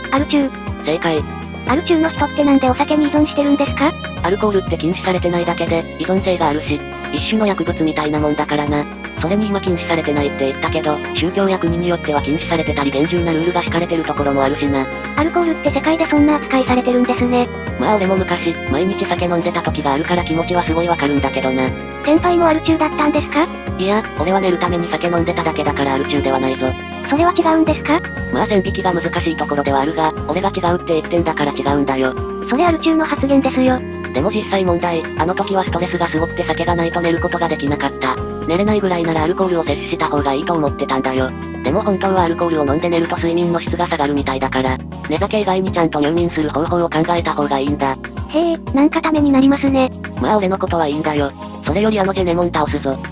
アル中。 正解。 アル中の人ってなんでお酒に依存してるんですか？ アルコールって禁止されてないだけで、依存性があるし、一種の薬物みたいなもんだからな。それに今禁止されてないって言ったけど、宗教や国によっては禁止されてたり厳重なルールが敷かれてるところもあるしな。 アルコールって世界でそんな扱いされてるんですね。 まあ俺も昔、毎日酒飲んでた時があるから気持ちはすごいわかるんだけどな。 先輩もアル中だったんですか？ いや、俺は寝るために酒飲んでただけだからアル中ではないぞ。 それは違うんですか？ まあ線引きが難しいところではあるが、俺が違うって言ってんだから違うんだよ。 それアル中の発言ですよ。 でも実際問題、あの時はストレスがすごくて酒がないと寝ることができなかった。寝れないぐらいならアルコールを摂取した方がいいと思ってたんだよ。でも本当はアルコールを飲んで寝ると睡眠の質が下がるみたいだから、寝酒以外にちゃんと入眠する方法を考えた方がいいんだ。 へえ、なんかためになりますね。 まあ俺のことはいいんだよ。それよりあのジェネモン倒すぞ。